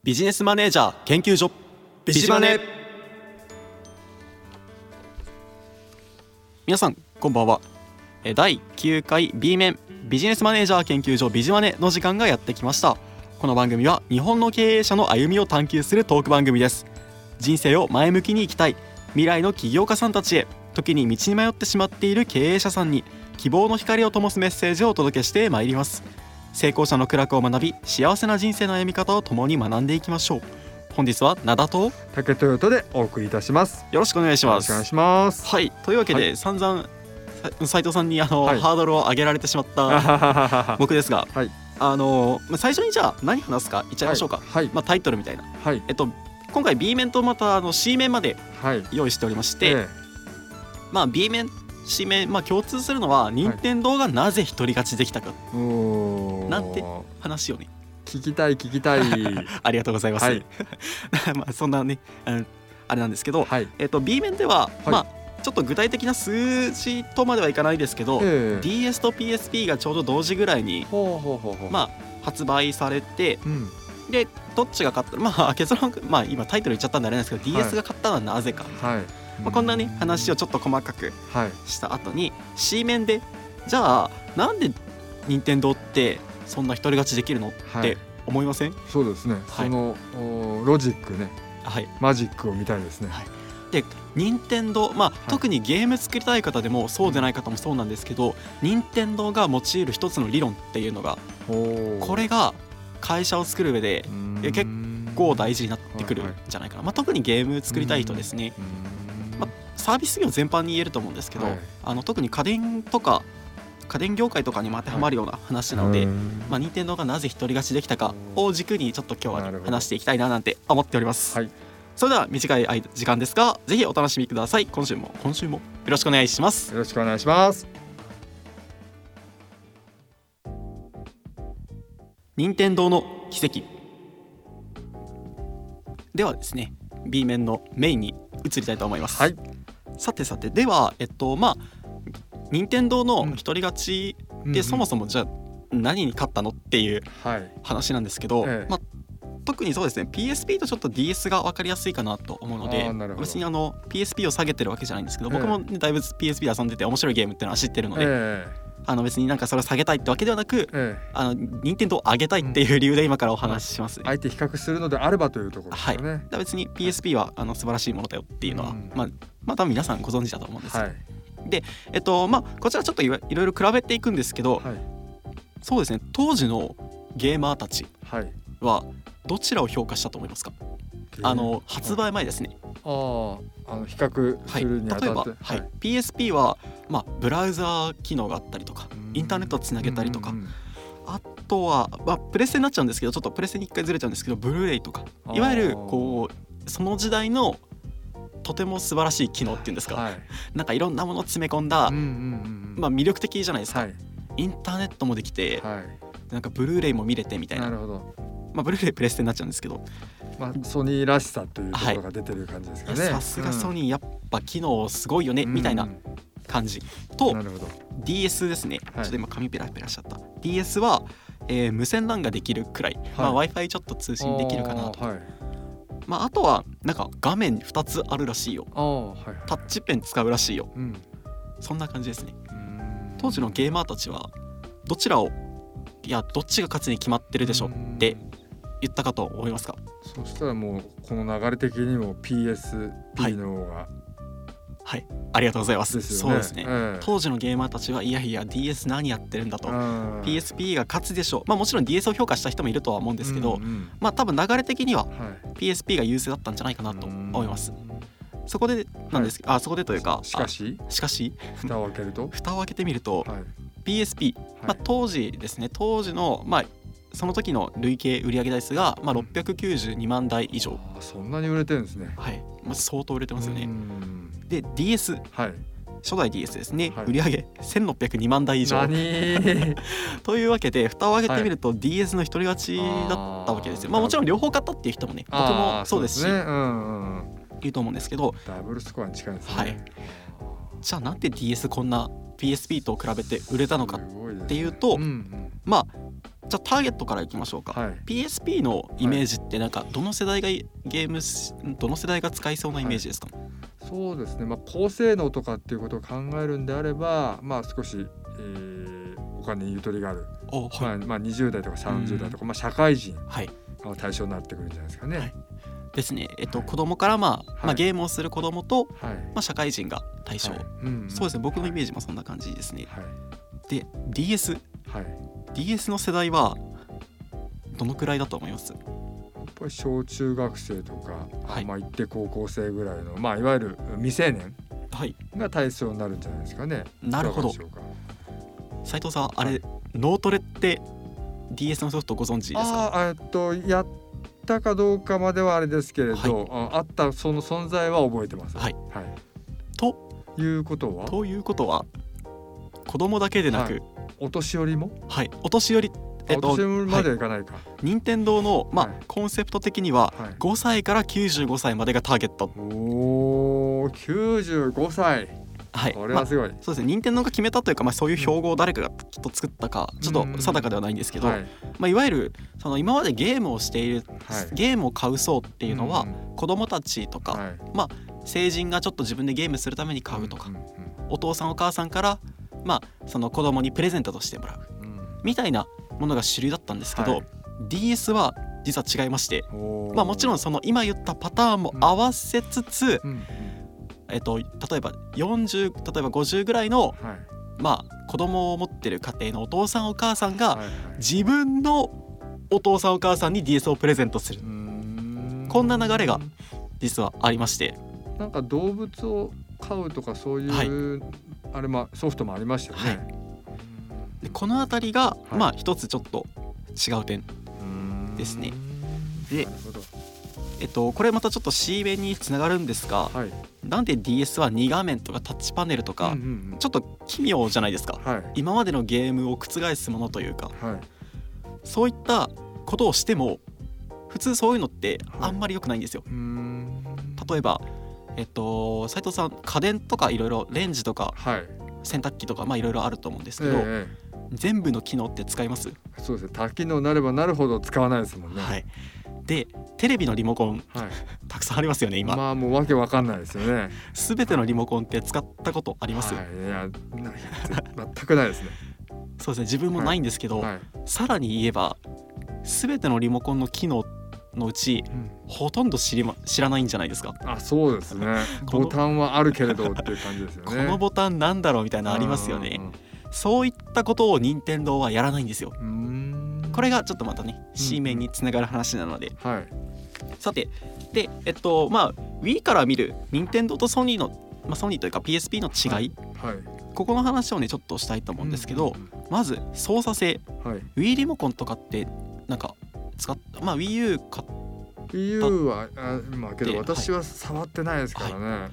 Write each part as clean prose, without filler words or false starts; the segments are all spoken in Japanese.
ビジネスマネージャー研究所ビジマネ。皆さんこんばんは。第9回 B 面ビジネスマネージャー研究所ビジマネの時間がやってきました。この番組は日本の経営者の歩みを探求するトーク番組です。人生を前向きに生きたい未来の起業家さんたちへ、時に道に迷ってしまっている経営者さんに希望の光を灯すメッセージをお届けしてまいります。成功者の苦楽を学び、幸せな人生の歩み方を共に学んでいきましょう。本日は灘と竹豊でお送りいたします。 よろしくお願いします。 よろしくお願いします。 はい、というわけで、はい、散々斉藤さんにはい、ハードルを上げられてしまった僕ですが、はい、最初にじゃあ何話すか言っちゃいましょうか。はい、タイトルみたいな、はい、今回 B 面とまたC 面まで用意しておりまして、B 面C 面、共通するのは任天堂がなぜ一人勝ちできたか、なんて話をね聞きたいありがとうございます、はい、そんなねあれなんですけど、B 面では、ちょっと具体的な数字とまではいかないですけど、DS と PSP がちょうど同時ぐらいに発売されて、でどっちが勝った結論、今タイトル言っちゃったんであれなんですけど、DS が勝ったのはなぜか、こんなね話をちょっと細かくした後に、C 面でじゃあなんで任天堂ってそんな一人勝ちできるのって思いません？ そうですね、そのロジックね、マジックを見たいですね。 で任天堂、特にゲーム作りたい方でもそうでない方もそうなんですけど、任天堂が用いる一つの理論っていうのが、これが会社を作る上で結構大事になってくるんじゃないかな。特にゲーム作りたい人ですね。サービス業全般に言えると思うんですけど、特に家電業界とかにも当てはまるような話なので、任天堂がなぜ一人勝ちできたかを軸にちょっと今日は、話していきたいななんて思っております。それでは短い時間ですが、ぜひお楽しみください。今週もよろしくお願いします。 よろしくお願いします。 任天堂の奇跡ではですね、 B 面のメインに移りたいと思います。さてでは任天堂の一人勝ちで、そもそもじゃあ何に勝ったのっていう話なんですけど、特にそうですね PSP とちょっと DS が分かりやすいかなと思うので、別にPSP を下げてるわけじゃないんですけど、僕も、だいぶ PSP で遊んでて面白いゲームっていうのは知ってるので、別になんかそれを下げたいってわけではなく、任天堂を上げたいっていう理由で今からお話しします、 相手比較するのであればというところですよね。 別に PSP は素晴らしいものだよっていうのは、多分皆さんご存知だと思うんですよ。でこちらちょっといろいろ比べていくんですけど、そうですね、当時のゲーマーたちはどちらを評価したと思いますか？発売前ですね。 比較するにあたって、 例えば、PSP は、ブラウザー機能があったりとか、インターネットをつなげたりとか、あとは、プレステになっちゃうんですけど、ちょっとプレステに一回ずれちゃうんですけど、ブルーレイとか、いわゆるその時代のとても素晴らしい機能っていうんですか、なんかいろんなものを詰め込んだ、魅力的じゃないですか。インターネットもできて、なんかブルーレイも見れてみたいな。ブルーレイプレステになっちゃうんですけど、 ソニーらしさというところが出てる感じですかね。 さすがソニー、やっぱ機能すごいよね、みたいな感じと、DS ですね。ちょっと今紙ペラペラしちゃった。 DS は、無線 LAN ができるくらい、Wi-Fi ちょっと通信できるかなと。あとはなんか画面2つあるらしいよ、タッチペン使うらしいよ、そんな感じですね。当時のゲーマーたちはどっちが勝つに決まってるでしょって言ったかと思いますか？ そしたらもうこの流れ的にも PSP の方が、 ありがとうございます。そうですね、当時のゲーマーたちはいや DS 何やってるんだと、PSP が勝つでしょう。もちろん DS を評価した人もいるとは思うんですけど、多分流れ的には PSP が優勢だったんじゃないかなと思います。そこでなんです、そこでというか、しかし蓋を開けてみると、PSP、当時ですね、当時のその時の累計売上台数が692万台以上。 そんなに売れてるんですね。 相当売れてますよね。で DS、初代 DS ですね、売上1602万台以上というわけで、蓋を開けてみると DS の一人勝ちだったわけですよ。もちろん両方買ったっていう人もね、僕もそうですし、いると思うんですけど、 ダブルスコアに近いですね。 じゃあなんで DS こんな PSP と比べて売れたのかっていうと、 じゃあターゲットからいきましょうか、はい、PSP のイメージってなんかどの世代がどの世代が使いそうなイメージですか？はい、 そうですね、高性能とかっていうことを考えるんであれば、少し、お金にゆとりがある、はい、20代とか30代とか、社会人が対象になってくるんじゃないですかね、はい、 ですね。子供からゲームをする子供と、社会人が対象、そうですね、僕のイメージもそんな感じですね、はい、で DS、DS の世代はどのくらいだと思います？ やっぱり小中学生とか、行って高校生ぐらいの、いわゆる未成年が対象になるんじゃないですかね。 なるほど。斉藤さん、あれ脳トレって DS のソフトご存知ですか？ やったかどうかまではあれですけれど、あったその存在は覚えてます。 はい、ということは子供だけでなく、 お年寄りも、 お年寄りお年寄りまではいかないか。 任天堂の、コンセプト的には5歳から95歳までがターゲット。 おー、95歳。はい、これはすごい。 そうですね、任天堂が決めたというか、そういう標語を誰かがきっと作ったかちょっと定かではないんですけど、いわゆるその今までゲームをしている、ゲームを買う層っていうのは、子供たちとか、成人がちょっと自分でゲームするために買うとか、お父さんお母さんからその子供にプレゼントとしてもらう、みたいなものが主流だったんですけど、DS は実は違いまして、もちろんその今言ったパターンも合わせつつ、例えば50ぐらいの、子供を持ってる家庭のお父さんお母さんが自分のお父さんお母さんに DS をプレゼントする、こんな流れが実はありまして、 なんか動物を飼うとかそういう、あれソフトもありましたよね。 でこのあたりが、一つちょっと違う点ですね。で、これまたちょっと C 面につながるんですが、なんで DS は2画面とかタッチパネルとか、ちょっと奇妙じゃないですか、今までのゲームを覆すものというか、そういったことをしても普通そういうのってあんまり良くないんですよ。例えば、斉藤さん家電とかいろいろレンジとか、洗濯機とかいろいろあると思うんですけど、全部の機能って使います？ そうですね、多機能になればなるほど使わないですもんね。 でテレビのリモコン、たくさんありますよね今。 もうわけわかんないですよね。 すべてのリモコンって使ったことあります？ いや全くないですね。 そうですね、自分もないんですけど、さらに言えばすべてのリモコンの機能のうち、ほとんど知らないんじゃないですか。 そうですねボタンはあるけれどっていう感じですよね。 このボタンなんだろうみたいなのありますよね。そういったことを任天堂はやらないんですよ。これがちょっとまたね C 面につながる話なので、さてでWii から見る任天堂とソニーの、ソニーというか PSP の違い、ここの話をねちょっとしたいと思うんですけど、まず操作性、Wii リモコンとかってなんか使った、Wii U 買った Wii U はけど私は触ってないですからね、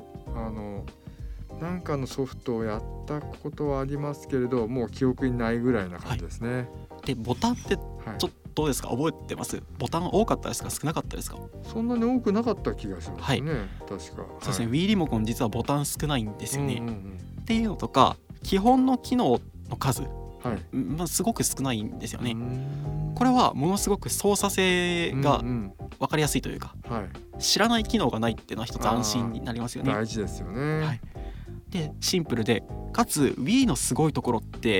なんかのソフトをやったことはありますけれど、もう記憶にないぐらいな感じですね。 でボタンってちょっとどうですか、覚えてます？ボタン多かったですか、少なかったですか？ そんなに多くなかった気がしますね、確か。 そうですね、Wii リモコン実はボタン少ないんですよね、っていうのとか基本の機能の数、すごく少ないんですよね。これはものすごく操作性が分かりやすいというか、知らない機能がないっていうのは一つ安心になりますよね。 大事ですよね。 でシンプルでかつ Wii のすごいところって、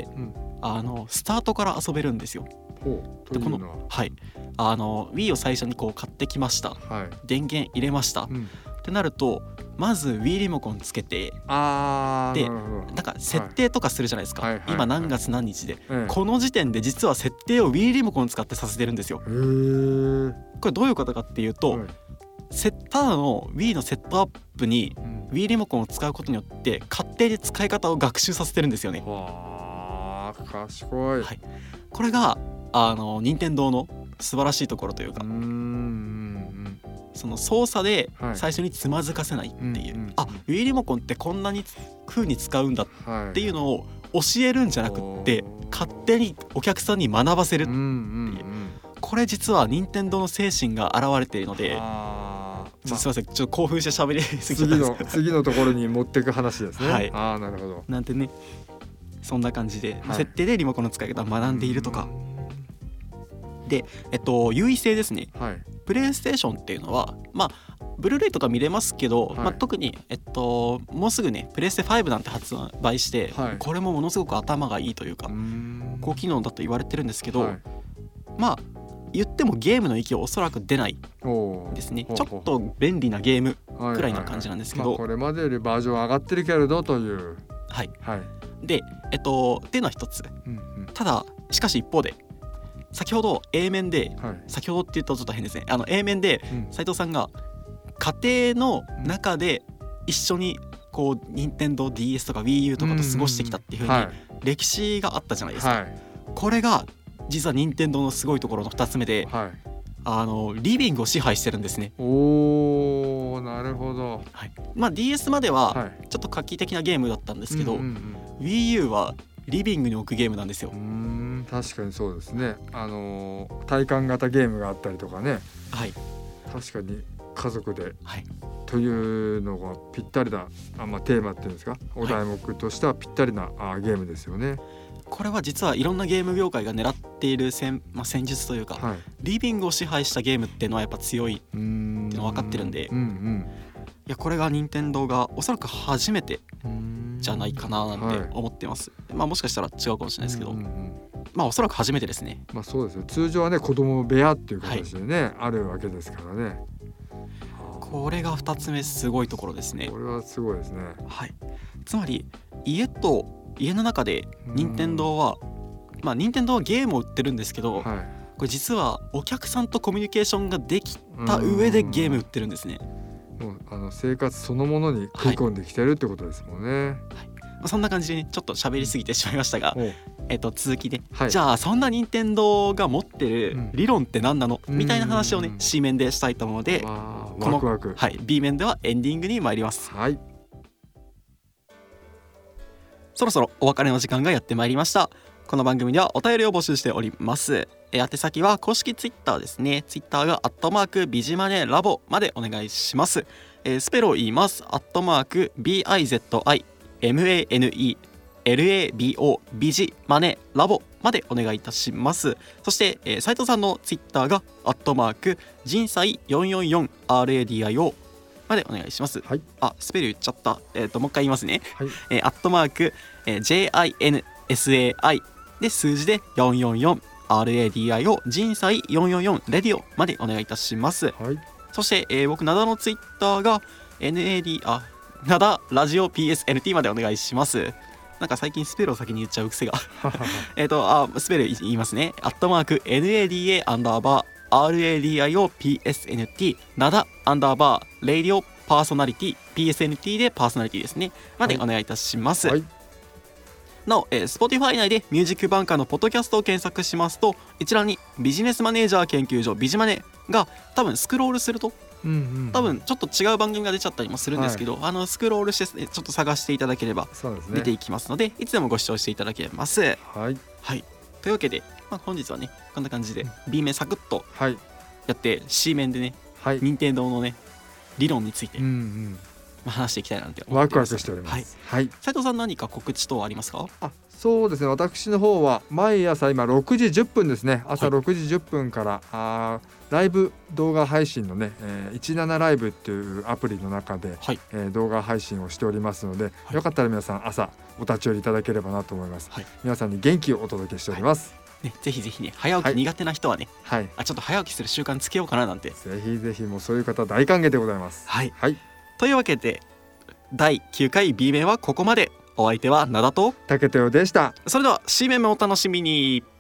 スタートから遊べるんですよ。でこのWii を最初にこう買ってきました、電源入れました、ってなるとまず Wii リモコンつけて、でなんか設定とかするじゃないですか、今何月何日で、この時点で実は設定を Wii リモコン使ってさせてるんですよ。これどういうことかっていうと、ただの Wii のセットアップに Wii リモコンを使うことによって勝手に使い方を学習させてるんですよね。 賢い、 これが任天堂の素晴らしいところというか、その操作で最初につまずかせないっていう、Wii リモコンってこんなに風に使うんだっていうのを教えるんじゃなくって勝手にお客さんに学ばせるっていう、これ実は任天堂の精神が現れているので、すいません、ちょっと興奮して喋りすぎちゃったんですけど、 次のところに持っていく話ですね。なるほど。 なんてね、そんな感じで、設定でリモコンの使い方を学んでいるとか、 で、優位性ですね、 はい、 プレイステーションっていうのはブルーレイとか見れますけど、 はい、 特に、もうすぐねプレステ5なんて発売して、 はい、 これもものすごく頭がいいというか高機能だと言われてるんですけど、はい、言ってもゲームの域はおそらく出ないですね。ちょっと便利なゲームくらいな感じなんですけど、 これまでよりバージョン上がってるけれどという、 はい、はい、でっていうのは一つ、ただしかし一方で先ほど A 面で、先ほどって言ったらちょっと変ですね、A 面で斉藤さんが家庭の中で一緒にこう任天堂 DS とか Wii U とかと過ごしてきたっていう風に歴史があったじゃないですか、これが実は任天堂のすごいところの2つ目で、リビングを支配してるんですね。 おー、なるほど、 はい、DS まではちょっと画期的なゲームだったんですけど、Wii U はリビングに置くゲームなんですよ。 確かにそうですね。体感型ゲームがあったりとかね、はい、確かに家族で、はい、というのがぴったりなテーマっていうんですか、お題目としてはぴったりな、ゲームですよね。 これは実はいろんなゲーム業界が狙っている戦術というか、はい、リビングを支配したゲームっていうのはやっぱ強いっていうの分かってるんで、いやこれが任天堂がおそらく初めてじゃないかななんて思ってます、はい、もしかしたら違うかもしれないですけど、おそらく初めてですね。 そうですよ。通常はね子供部屋っていう形でね、はい、あるわけですからね。 これが2つ目すごいところですね。 これはすごいですね。 はい、つまり家の中で任天堂は任天堂はゲームを売ってるんですけど、はい、これ実はお客さんとコミュニケーションができた上でゲーム売ってるんですね。 もう生活そのものに食い込んできてるってことですもんね。はいはい、 そんな感じで、ちょっと喋りすぎてしまいましたが、続きで、はい、じゃあそんな任天堂が持ってる理論って何なの、みたいな話をね C 面でしたいと思うので、この、はい、B 面ではエンディングに参ります。はい、そろそろお別れの時間がやってまいりました。この番組ではお便りを募集しております。宛先は公式ツイッターですね。ツイッターがビジマネラボまでお願いします。スペルを言います。BIZIMANELABO ビジマネラボまでお願いいたします。そして、斉藤さんのツイッターが人災444 RADIOまでお願いします。はい、スペル言っちゃった。もう一回言いますね。はい、JINSAI で数字で444 RADIO 人災444レディオまでお願いいたします。はい、そして、僕灘のツイッターが灘ラジオ PSNT までお願いします。なんか最近スペルを先に言っちゃう癖がスペル言いますね。@NADA_RADIOPSNT ナダ_レディオパーソナリティ PSNT でパーソナリティですねまでお願いいたします。はい、なお、Spotify 内でミュージックバンカーのポッドキャストを検索しますと、一覧にビジネスマネージャー研究所ビジマネが多分スクロールすると、多分ちょっと違う番組が出ちゃったりもするんですけど、はい、スクロールしてちょっと探していただければ出ていきますので、いつでもご視聴していただけます。はい、はい、というわけで、本日はねこんな感じで B 面サクッとやって、C 面でね、任天堂のね理論について、話していきたいなんて思ってます。 ワクワクしております。はい、 斉藤さん何か告知等ありますか？ そうですね、私の方は毎朝今6時10分ですね、朝6時10分から、ライブ動画配信のね、17ライブっていうアプリの中で、動画配信をしておりますので、よかったら皆さん朝お立ち寄りいただければなと思います。皆さんに元気をお届けしております。 ぜひぜひね、早起き苦手な人はね、ちょっと早起きする習慣つけようかななんて、 ぜひぜひもうそういう方大歓迎でございます。 はい、というわけで第9回 B 面はここまで。お相手は灘と竹豊でした。 それでは C 面もお楽しみに。